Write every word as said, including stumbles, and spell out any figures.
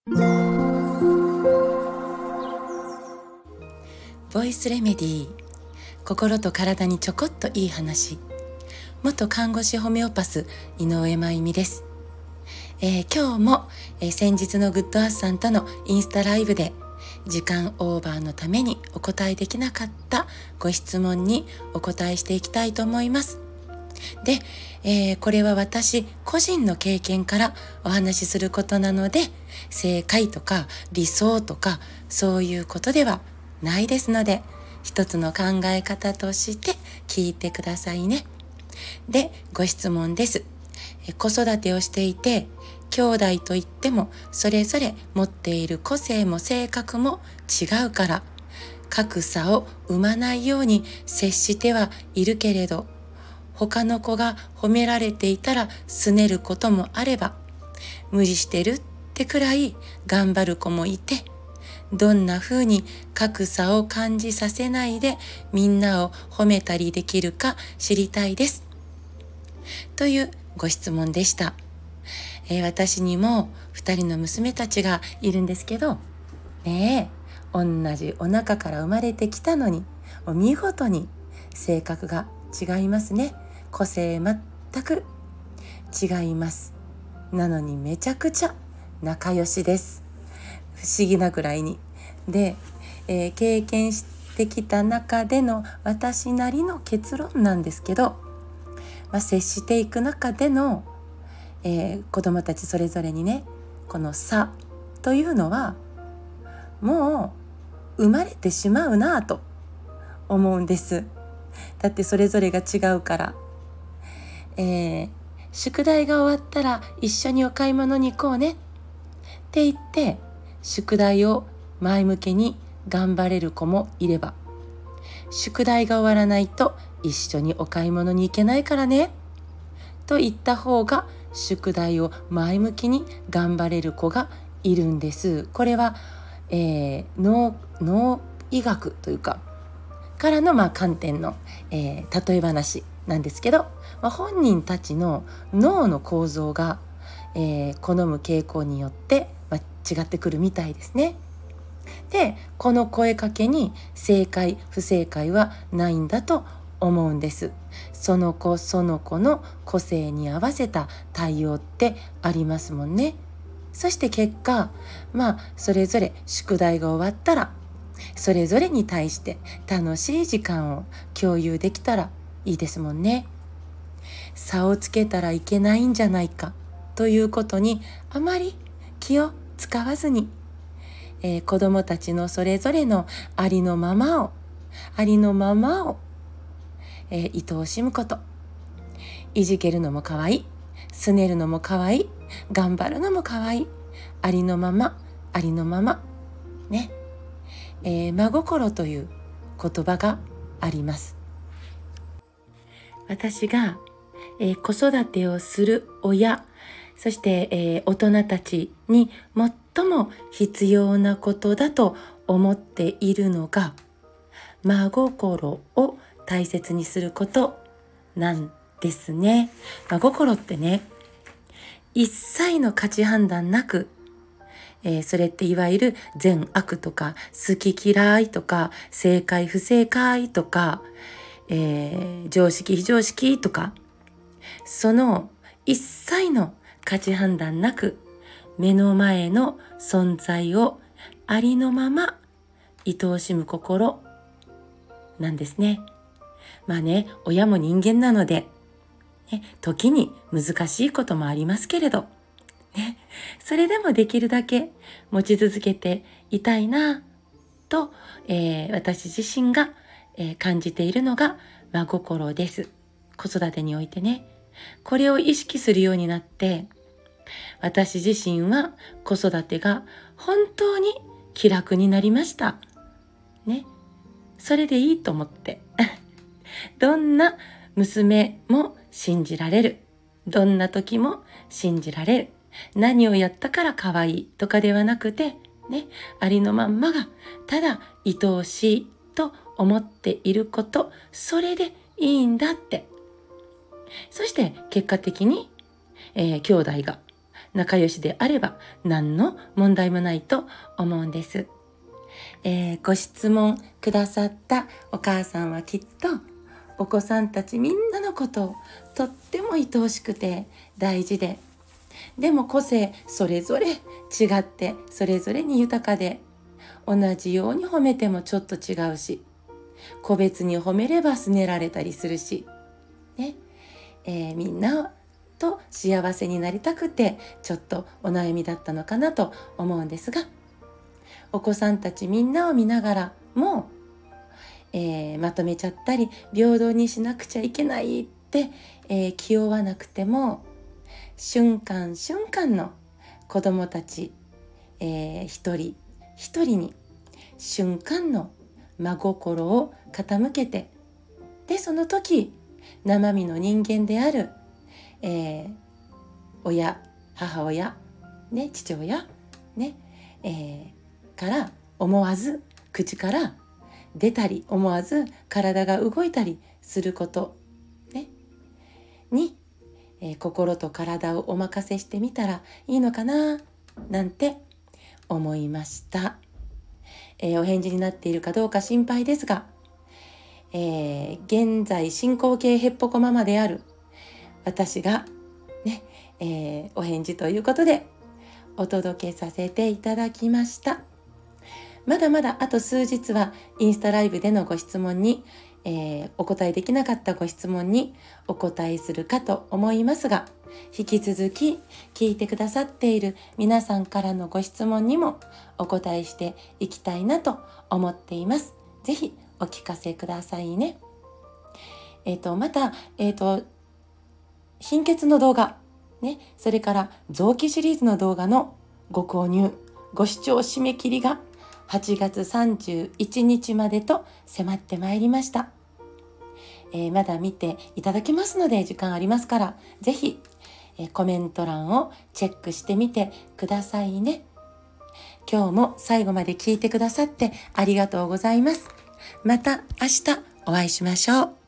ボイスレメディー、心と体にちょこっといい話。元看護師ホメオパス井上真由美です。えー、今日も、えー、先日のグッドアースさんとのインスタライブで時間オーバーのためにお答えできなかったご質問にお答えしていきたいと思います。で、えー、これは私個人の経験からお話しすることなので、正解とか理想とかそういうことではないですので、一つの考え方として聞いてくださいね。で、ご質問です。え子育てをしていて、兄弟といってもそれぞれ持っている個性も性格も違うから、格差を生まないように接してはいるけれど、他の子が褒められていたら拗ねることもあれば、無理してるってくらい頑張る子もいて、どんな風に格差を感じさせないでみんなを褒めたりできるか知りたいです。というご質問でした。えー、私にも二人の娘たちがいるんですけど、ねえ、同じお腹から生まれてきたのに、もう見事に性格が違いますね。個性全く違います。なのにめちゃくちゃ仲良しです。不思議なくらいに。で、えー、経験してきた中での私なりの結論なんですけど、まあ、接していく中での、えー、子どもたちそれぞれにね、この差というのはもう生まれてしまうなぁと思うんです。だってそれぞれが違うから。えー、宿題が終わったら一緒にお買い物に行こうねって言って宿題を前向きに頑張れる子もいれば、宿題が終わらないと一緒にお買い物に行けないからねと言った方が宿題を前向きに頑張れる子がいるんです。これは、えー、脳、脳医学というかからのまあ観点の、えー、例え話なんですけど、まあ、本人たちの脳の構造が、えー、好む傾向によって、まあ、違ってくるみたいですね。で、この声かけに正解不正解はないんだと思うんです。その子その子の個性に合わせた対応ってありますもんね。そして結果、まあそれぞれ宿題が終わったらそれぞれに対して楽しい時間を共有できたらいいですもんね。差をつけたらいけないんじゃないかということにあまり気を使わずに、えー、子どもたちのそれぞれのありのままをありのままを、えー、愛おしむこと。いじけるのも可愛い、拗ねるのも可愛い、頑張るのも可愛い、ありのままありのままね。えー、真心という言葉があります。私が、えー、子育てをする親、そして、えー、大人たちに最も必要なことだと思っているのが、真心を大切にすることなんですね。真心ってね、一切の価値判断なく、えー、それっていわゆる善悪とか好き嫌いとか正解不正解とか、えー、常識非常識とか、その一切の価値判断なく目の前の存在をありのまま愛おしむ心なんですね。まあね、親も人間なので、ね、時に難しいこともありますけれど、ね、それでもできるだけ持ち続けていたいなと、えー、私自身が、えー、感じているのが真心です。子育てにおいてね、これを意識するようになって、私自身は子育てが本当に気楽になりました。ね、それでいいと思ってどんな娘も信じられる、どんな時も信じられる、何をやったから可愛いとかではなくてね、ありのまんまがただ愛おしいと思っていること、それでいいんだって。そして結果的に、えー、兄弟が仲良しであれば何の問題もないと思うんです。えー、ご質問くださったお母さんはきっとお子さんたちみんなのことをとっても愛おしくて大事で、でも個性それぞれ違ってそれぞれに豊かで、同じように褒めてもちょっと違うし、個別に褒めれば拗ねられたりするし、ねえー、みんなと幸せになりたくてちょっとお悩みだったのかなと思うんですが、お子さんたちみんなを見ながらも、えー、まとめちゃったり平等にしなくちゃいけないって、えー、気負わなくても、瞬間瞬間の子どもたち、えー、一人一人に瞬間の真心を傾けて、でその時生身の人間である、えー、親母親、ね、父親、ねえー、から思わず口から出たり思わず体が動いたりすること、ね、に、えー、心と体をお任せしてみたらいいのかななんて思いました。えー、お返事になっているかどうか心配ですが、えー、現在進行形ヘッポコママである私がね、えー、お返事ということでお届けさせていただきました。まだまだあと数日はインスタライブでのご質問に、えー、お答えできなかったご質問にお答えするかと思いますが、引き続き聞いてくださっている皆さんからのご質問にもお答えしていきたいなと思っています。ぜひお聞かせくださいね。えっと、また、えっと、貧血の動画、ね、それから臓器シリーズの動画のご購入、ご視聴締め切りがはちがつさんじゅういちにちまでと迫ってまいりました。えー、まだ見ていただけますので、時間ありますからぜひ、えー、コメント欄をチェックしてみてくださいね。今日も最後まで聞いてくださってありがとうございます。また明日お会いしましょう。